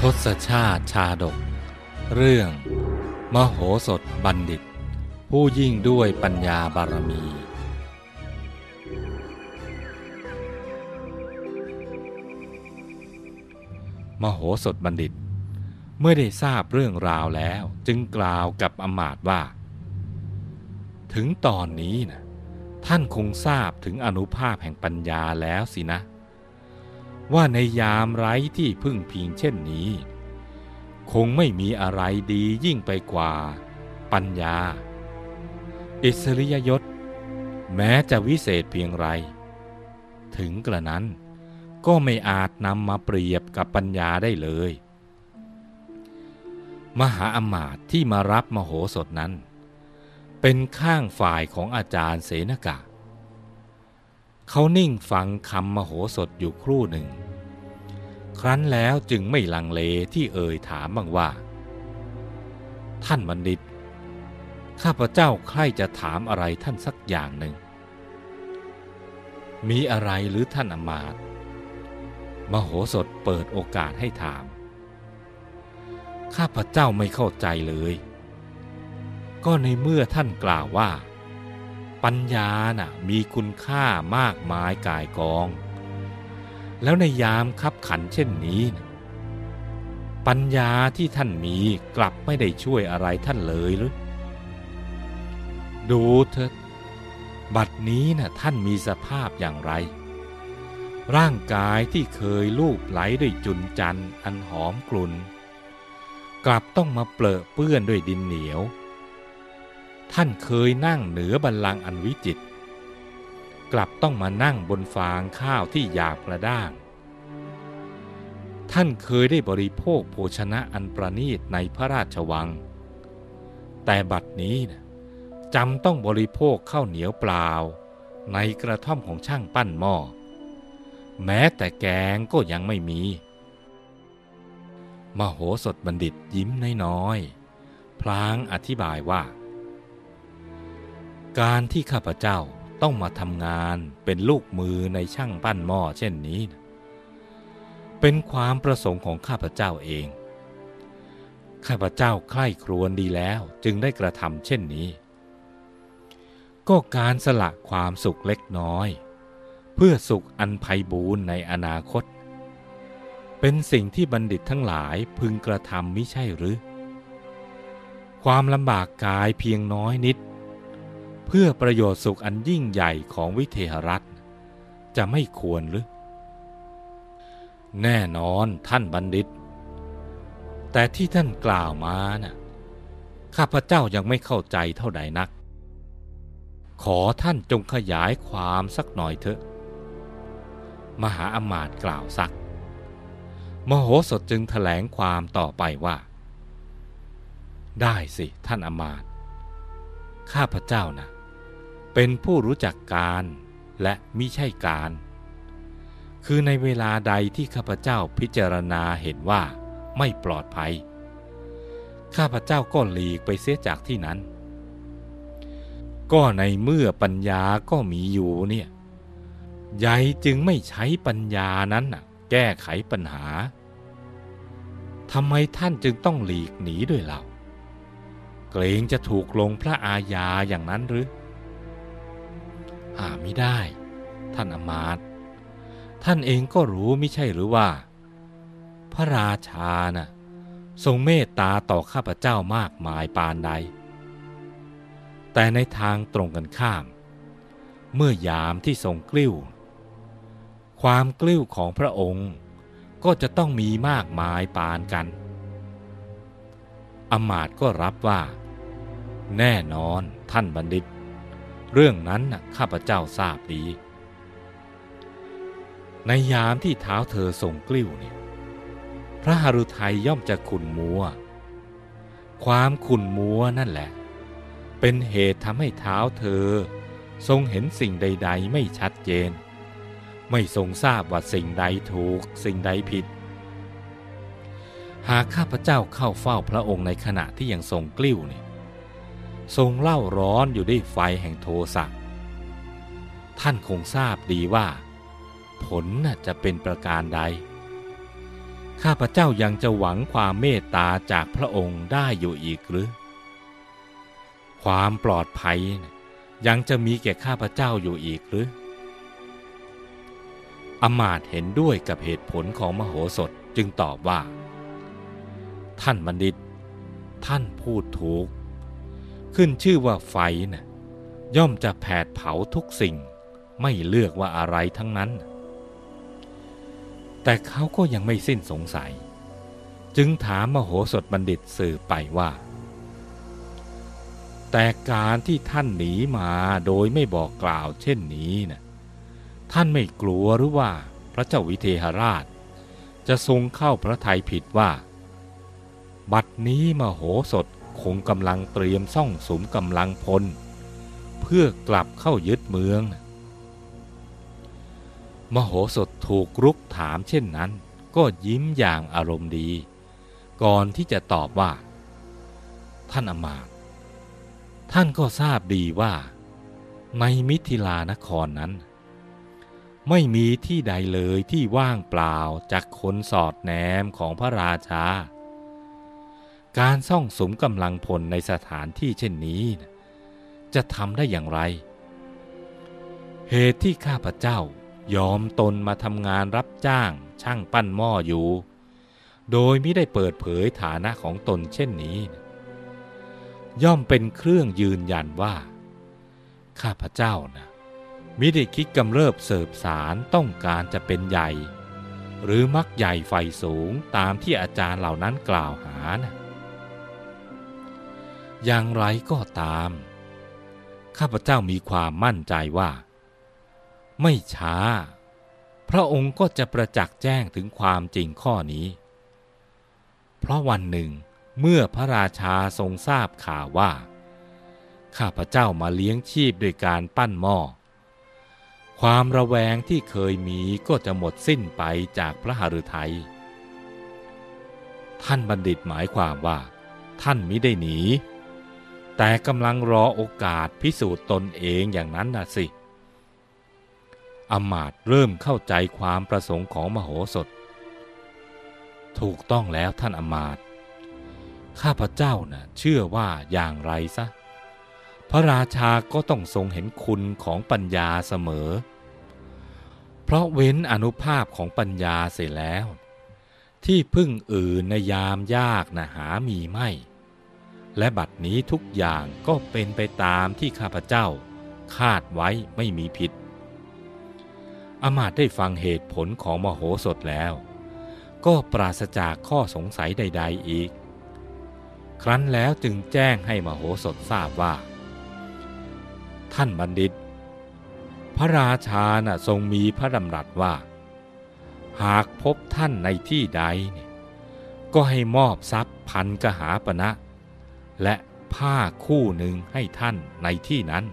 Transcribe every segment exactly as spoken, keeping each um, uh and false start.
ทศชาติชาดกเรื่องมโหสถบัณฑิตผู้ยิ่งด้วยปัญญาบารมีมโหสถบัณฑิตเมื่อได้ทราบเรื่องราวแล้วจึงกล่าวกับอมาตย์ว่าถึงตอนนี้นะท่านคงทราบถึงอานุภาพแห่งปัญญาแล้วสินะว่าในยามไร้ที่พึ่งพิงเช่นนี้คงไม่มีอะไรดียิ่งไปกว่าปัญญาอิสริยยศแม้จะวิเศษเพียงไรถึงกระนั้นก็ไม่อาจนำมาเปรียบกับปัญญาได้เลยมหาอมาตย์ที่มารับมโหสถนั้นเป็นข้างฝ่ายของอาจารย์เสนกะเขานิ่งฟังคำมโหสถอยู่ครู่หนึ่งครั้นแล้วจึงไม่ลังเลที่เอ่ยถามบ้างว่าท่านบัณฑิตข้าพเจ้าใคร่จะถามอะไรท่านสักอย่างหนึ่งมีอะไรหรือท่านอมาตย์มโหสถเปิดโอกาสให้ถามข้าพเจ้าไม่เข้าใจเลยก็ในเมื่อท่านกล่าวว่าปัญญาน่ะมีคุณค่ามากมายก่ายกองแล้วในยามคับขันเช่นนี้ปัญญาที่ท่านมีกลับไม่ได้ช่วยอะไรท่านเลยหรือดูเถิดบัดนี้น่ะท่านมีสภาพอย่างไรร่างกายที่เคยลูบไหลด้วยจุลจันทร์อันหอมกลุ่นกลับต้องมาเปรอะเปื้อนด้วยดินเหนียวท่านเคยนั่งเหนือบัลลังก์อันวิจิตรกลับต้องมานั่งบนฟางข้าวที่หยาบกระด้างท่านเคยได้บริโภคโภชนะอันประณีตในพระราชวังแต่บัดนี้นะจำต้องบริโภคข้าวเหนียวเปล่าในกระท่อมของช่างปั้นหม้อแม้แต่แกงก็ยังไม่มีมโหสถบัณฑิตยิ้มน้อยๆพลางอธิบายว่าการที่ข้าพเจ้าต้องมาทำงานเป็นลูกมือในช่างปั้นหม้อเช่นนี้เป็นความประสงค์ของข้าพเจ้าเองข้าพเจ้าใคร่ครวญดีแล้วจึงได้กระทำเช่นนี้ก็การสละความสุขเล็กน้อยเพื่อสุขอันไพบูลย์ในอนาคตเป็นสิ่งที่บัณฑิตทั้งหลายพึงกระทำมิใช่หรือความลำบากกายเพียงน้อยนิดเพื่อประโยชน์สุขอันยิ่งใหญ่ของวิเทหรัฐจะไม่ควรหรือแน่นอนท่านบัณฑิตแต่ที่ท่านกล่าวมาน่ะข้าพเจ้ายังไม่เข้าใจเท่าใดนักขอท่านจงขยายความสักหน่อยเถอะมหาอมาตย์กล่าวซักมโหสถจึงแถลงความต่อไปว่าได้สิท่านอมาตย์ข้าพเจ้านะเป็นผู้รู้จักการและมิใช่การคือในเวลาใดที่ข้าพเจ้าพิจารณาเห็นว่าไม่ปลอดภัยข้าพเจ้าก็หลีกไปเสียจากที่นั้นก็ในเมื่อปัญญาก็มีอยู่เนี่ยใหญ่จึงไม่ใช้ปัญญานั้นน่ะแก้ไขปัญหาทำไมท่านจึงต้องหลีกหนีด้วยเล่าเกรงจะถูกลงพระอาญาอย่างนั้นหรือหาไม่ได้ท่านอมาตย์ท่านเองก็รู้ไม่ใช่หรือว่าพระราชาน่ะทรงเมตตาต่อข้าพเจ้ามากมายปานใดแต่ในทางตรงกันข้ามเมื่อยามที่ทรงกลิ้วความกลิ้วของพระองค์ก็จะต้องมีมากมายปานกันอมาตย์ก็รับว่าแน่นอนท่านบัณฑิตเรื่องนั้นน่ะข้าพเจ้าทราบดีในยามที่เท้าเธอทรงกลิ้วเนี่ยพระหฤทัยย่อมจะขุ่นมัวความขุ่นมัวนั่นแหละเป็นเหตุทำให้เท้าเธอทรงเห็นสิ่งใดๆไม่ชัดเจนไม่ทรงทราบว่าสิ่งใดถูกสิ่งใดผิดหากข้าพเจ้าเข้าเฝ้าพระองค์ในขณะที่ยังทรงกลิ้วเนี่ยทรงเล่าร้อนอยู่ด้วยไฟแห่งโทสะท่านคงทราบดีว่าผลน่ะจะเป็นประการใดข้าพเจ้ายังจะหวังความเมตตาจากพระองค์ได้อยู่อีกหรือความปลอดภัยยังจะมีแก่ข้าพเจ้าอยู่อีกหรืออมาตย์เห็นด้วยกับเหตุผลของมโหสถจึงตอบว่าท่านบัณฑิตท่านพูดถูกขึ้นชื่อว่าไฟน่ะย่อมจะแผดเผาทุกสิ่งไม่เลือกว่าอะไรทั้งนั้นแต่เขาก็ยังไม่สิ้นสงสัยจึงถามมโหสถบัณฑิตสืบไปว่าแต่การที่ท่านหนีมาโดยไม่บอกกล่าวเช่นนี้นะท่านไม่กลัวหรือว่าพระเจ้าวิเทหราชจะทรงเข้าพระทัยผิดว่าบัดนี้มโหสถคงกำลังเตรียมซ่องสุมกำลังพลเพื่อกลับเข้ายึดเมืองมโหสถถูกรุกถามเช่นนั้นก็ยิ้มอย่างอารมณ์ดีก่อนที่จะตอบว่าท่านอมาตย์ท่านก็ทราบดีว่าในมิถิลานครนั้นไม่มีที่ใดเลยที่ว่างเปล่าจากคนสอดแนมของพระราชาการซ่องสุมกำลังพลในสถานที่เช่นนี้จะทำได้อย่างไรเหตุที่ข้าพเจ้ายอมตนมาทำงานรับจ้างช่างปั้นหม้ออยู่โดยไม่ได้เปิดเผยฐานะของตนเช่นนี้ย่อมเป็นเครื่องยืนยันว่าข้าพเจ้านะมิได้คิดกำเริบเสบสารต้องการจะเป็นใหญ่หรือมักใหญ่ไฟสูงตามที่อาจารย์เหล่านั้นกล่าวหานะอย่างไรก็ตามข้าพเจ้ามีความมั่นใจว่าไม่ช้าพระองค์ก็จะประจักษ์แจ้งถึงความจริงข้อนี้เพราะวันหนึ่งเมื่อพระราชาทรงทราบข่าวว่าข้าพเจ้ามาเลี้ยงชีพด้วยการปั้นหม้อความระแวงที่เคยมีก็จะหมดสิ้นไปจากพระหฤทัยท่านบัณฑิตหมายความว่าท่านมิได้หนีแต่กำลังรอโอกาสพิสูจน์ตนเองอย่างนั้นน่ะสิอมาตย์เริ่มเข้าใจความประสงค์ของมโหสถถูกต้องแล้วท่านอมาตย์ข้าพเจ้าน่ะเชื่อว่าอย่างไรซะพระราชาก็ต้องทรงเห็นคุณของปัญญาเสมอเพราะเว้นอานุภาพของปัญญาเสียแล้วที่พึ่งอื่นในยามยากนะหามีไม่และบัดนี้ทุกอย่างก็เป็นไปตามที่ข้าพเจ้าคาดไว้ไม่มีผิดอมาตย์ได้ฟังเหตุผลของมโหสถแล้วก็ปราศจากข้อสงสัยใดๆอีกครั้นแล้วจึงแจ้งให้มโหสถทราบว่าท่านบัณฑิตพระราชาน่ะทรงมีพระดำรัสว่าหากพบท่านในที่ใดเนี่ยก็ให้มอบทรัพย์พันกหาปณะและผ้าคู่หนึ่งให้ท่านในที่นั้น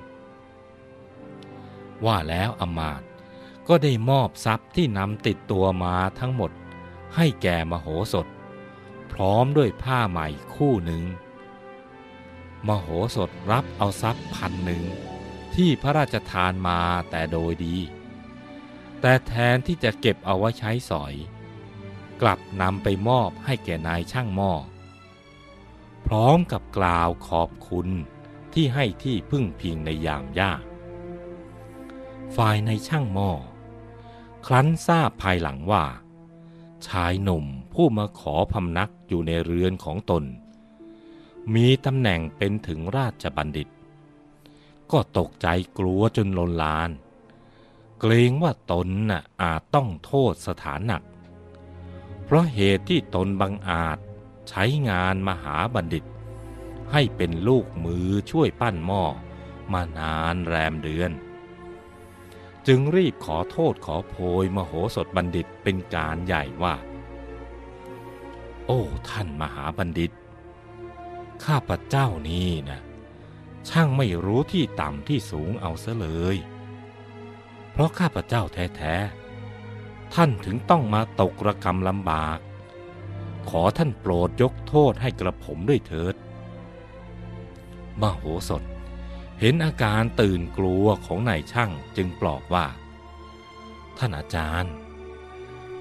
ว่าแล้วอมาตย์ก็ได้มอบทรัพย์ที่นำติดตัวมาทั้งหมดให้แก่มโหสถพร้อมด้วยผ้าใหม่คู่หนึ่งมโหสถรับเอาทรัพย์พันหนึ่งที่พระราชทานมาแต่โดยดีแต่แทนที่จะเก็บเอาไว้ใช้สอยกลับนำไปมอบให้แก่นายช่างหม้อพร้อมกับกล่าวขอบคุณที่ให้ที่พึ่งพิงในยามยากฝ่ายในช่างหม้อครั้นทราบภายหลังว่าชายหนุ่มผู้มาขอพำนักอยู่ในเรือนของตนมีตำแหน่งเป็นถึงราชบัณฑิตก็ตกใจกลัวจนลนลานเกรงว่าตนน่ะอาจต้องโทษสถานหนักเพราะเหตุที่ตนบังอาจใช้งานมหาบัณฑิตให้เป็นลูกมือช่วยปั้นหม้อมานานแรมเดือนจึงรีบขอโทษขอโพยมโหสถบัณฑิตเป็นการใหญ่ว่าโอ้ท่านมหาบัณฑิตข้าพเจ้านี่นะช่างไม่รู้ที่ต่ำที่สูงเอาซะเลยเพราะข้าพเจ้าแท้ๆท่านถึงต้องมาตกระกำลำบากขอท่านโปรดยกโทษให้กระผมด้วยเถิดมโหสถเห็นอาการตื่นกลัวของนายช่างจึงปลอบว่าท่านอาจารย์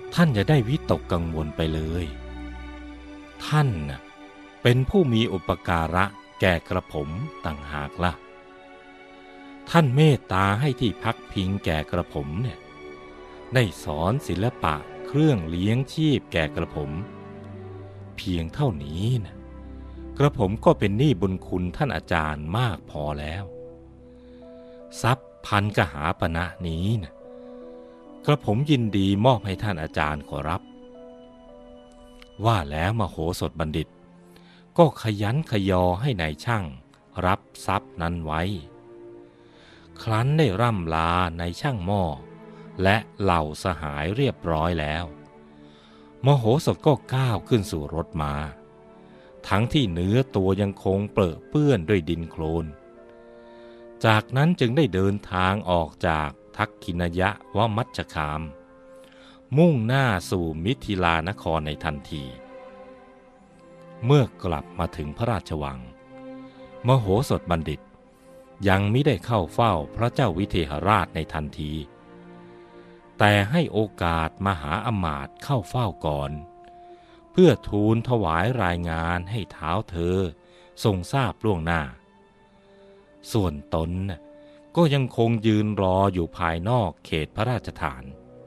ท่านอย่าได้วิตกกังวลไปเลยท่านน่ะเป็นผู้มีอุปการะแก่กระผมต่างหากล่ะท่านเมตตาให้ที่พักพิงแก่กระผมเนี่ยได้สอนศิลปะเครื่องเลี้ยงชีพแก่กระผมเพียงเท่านี้นะกระผมก็เป็นหนี้บุญคุณท่านอาจารย์มากพอแล้วทรัพย์พันกหาปณะนี้นะกระผมยินดีมอบให้ท่านอาจารย์ขอรับว่าแล้วมโหสถบัณฑิตก็ขยันขยอให้นายช่างรับทรัพย์นั้นไว้ครั้นได้ร่ำลานายช่างหม้อและเหล่าสหายเรียบร้อยแล้วมโหสถก็ก้าวขึ้นสู่รถมาทั้งที่เนื้อตัวยังคงเปรอะเปื้อนด้วยดินโคลนจากนั้นจึงได้เดินทางออกจากทักขินยะวมัชฌคามมุ่งหน้าสู่มิถิลานครในทันทีเมื่อกลับมาถึงพระราชวังมโหสถบัณฑิตยังมิได้เข้าเฝ้าพระเจ้าวิเทหราชในทันทีแต่ให้โอกาสมหาอมาตย์เข้าเฝ้าก่อนเพื่อทูลถวายรายงานให้เท้าเธอทรงทราบล่วงหน้าส่วนตนก็ยังคงยืนรออยู่ภายนอกเขตพระราชฐาน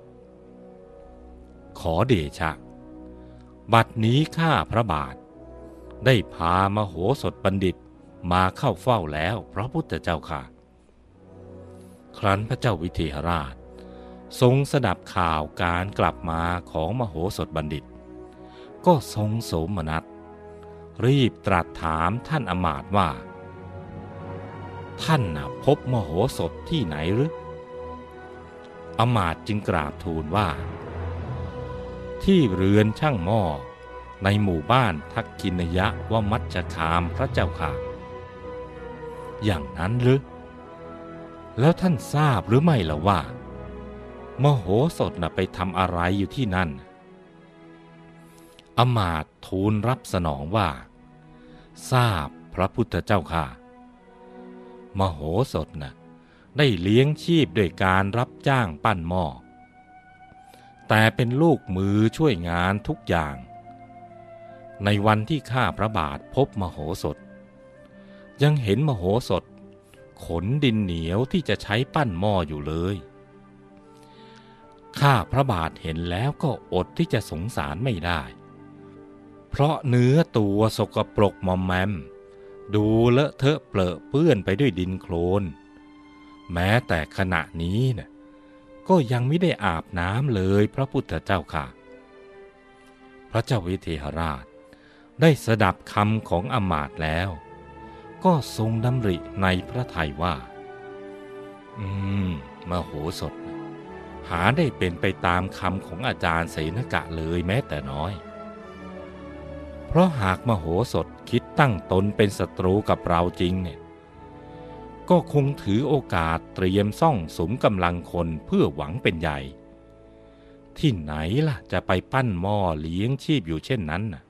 ขอเดชะบัดนี้ข้าพระบาทได้พามโหสถบัณฑิตมาเข้าเฝ้าแล้วพระพุทธเจ้าค่ะครั้นพระเจ้าวิเทหราชทรงสดับข่าวการกลับมาของมโหสถบัณฑิตก็ทรงโสมนัสรีบตรัสถามท่านอมาตย์ว่าท่านน่ะพบมโหสถที่ไหนหรืออมาตย์จึงกราบทูลว่าที่เรือนช่างหม้อในหมู่บ้านทักขินยะวมัชฌคามพระเจ้าค่ะอย่างนั้นหรือแล้วท่านทราบหรือไม่ล่ะว่ามโหสถน่ะไปทำอะไรอยู่ที่นั่นอมาตย์ทูลรับสนองว่าทราบพระพุทธเจ้าค่ะมโหสถน่ะได้เลี้ยงชีพด้วยการรับจ้างปั้นหม้อแต่เป็นลูกมือช่วยงานทุกอย่างในวันที่ข้าพระบาทพบมโหสถยังเห็นมโหสถขนดินเหนียวที่จะใช้ปั้นหม้ออยู่เลยข้าพระบาทเห็นแล้วก็อดที่จะสงสารไม่ได้เพราะเนื้อตัวสกปรกมอมแมมดูเลอะเทอะเปรอะเปื้อนไปด้วยดินโคลนแม้แต่ขณะนี้น่ะก็ยังไม่ได้อาบน้ำเลยพระพุทธเจ้าค่ะพระเจ้าวิเทหราชได้สดับคำของอมาตย์แล้วก็ทรงดำริในพระทัยว่าอืมมโหสถหาได้เป็นไปตามคำของอาจารย์เสนกะเลยแม้แต่น้อยเพราะหากมโหสถคิดตั้งตนเป็นศัตรูกับเราจริงเนี่ยก็คงถือโอกาสเตรียมซ่องสุมกำลังคนเพื่อหวังเป็นใหญ่ที่ไหนล่ะจะไปปั้นหม้อเลี้ยงชีพอยู่เช่นนั้นน่ะ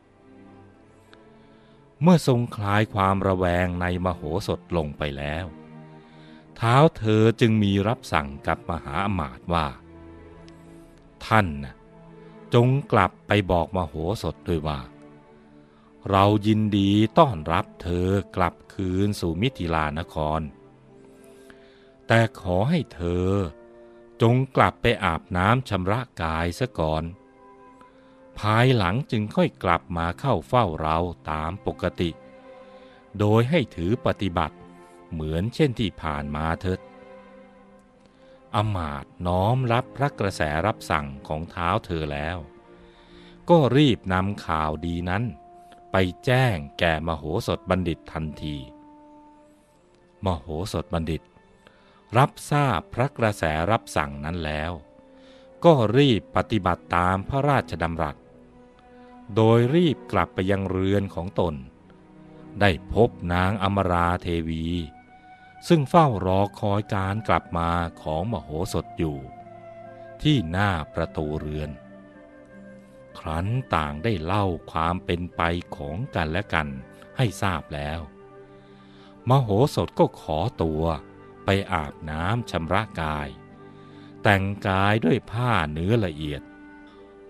เมื่อทรงคลายความระแวงในมโหสถลงไปแล้วเท้าเธอจึงมีรับสั่งกับมหาอมาตย์ว่าท่านน่ะจงกลับไปบอกมโหสถด้วยว่าเรายินดีต้อนรับเธอกลับคืนสู่มิถิลานครแต่ขอให้เธอจงกลับไปอาบน้ำชำระกายซะก่อนภายหลังจึงค่อยกลับมาเข้าเฝ้าเราตามปกติโดยให้ถือปฏิบัติเหมือนเช่นที่ผ่านมาเถิดอมาตย์น้อมรับพระกระแสรับสั่งของเท้าเธอแล้วก็รีบนำข่าวดีนั้นไปแจ้งแก่มโหสถบัณฑิตทันทีมโหสถบัณฑิตรับทราบพระกระแสรับสั่งนั้นแล้วก็รีบปฏิบัติตามพระราชดำรัสโดยรีบกลับไปยังเรือนของตนได้พบนางอมราเทวีซึ่งเฝ้ารอคอยการกลับมาของมโหสถอยู่ที่หน้าประตูเรือนครั้นต่างได้เล่าความเป็นไปของกันและกันให้ทราบแล้วมโหสถก็ขอตัวไปอาบน้ำชำระกายแต่งกายด้วยผ้าเนื้อละเอียด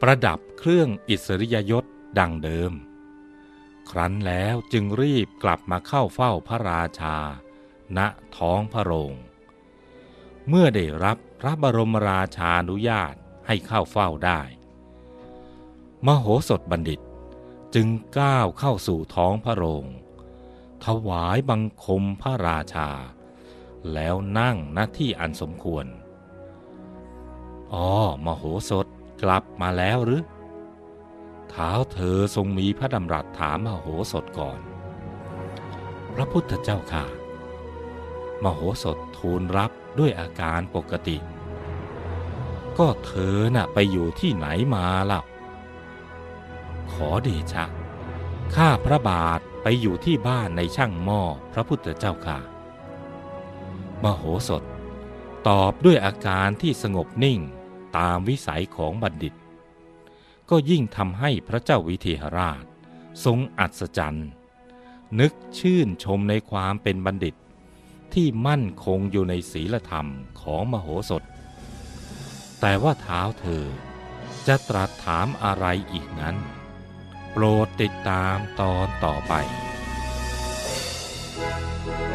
ประดับเครื่องอิสริยยศดังเดิมครั้นแล้วจึงรีบกลับมาเข้าเฝ้าพระราชาณท้องพระโรงเมื่อได้รับพระบรมราชานุญาตให้เข้าเฝ้าได้มโหสถบัณฑิตจึงก้าวเข้าสู่ท้องพระโรงถวายบังคมพระราชาแล้วนั่งณที่อันสมควรอ๋อมโหสถกลับมาแล้วหรือท้าวเธอทรงมีพระดำรัสถามมโหสถก่อนพระพุทธเจ้าค่ะมโหสถทูลรับด้วยอาการปกติก็เธอน่ะไปอยู่ที่ไหนมาล่ะขอเดชะข้าพระบาทไปอยู่ที่บ้านในช่างหม้อพระพุทธเจ้าค่ะมโหสถตอบด้วยอาการที่สงบนิ่งตามวิสัยของบัณฑิตก็ยิ่งทำให้พระเจ้าวิเทหราชทรงอัศจรรย์นึกชื่นชมในความเป็นบัณฑิตที่มั่นคงอยู่ในศีลธรรมของมโหสถแต่ว่าท้าวเธอจะตรัสถามอะไรอีกนั้นโปรดติดตามตอนต่อไป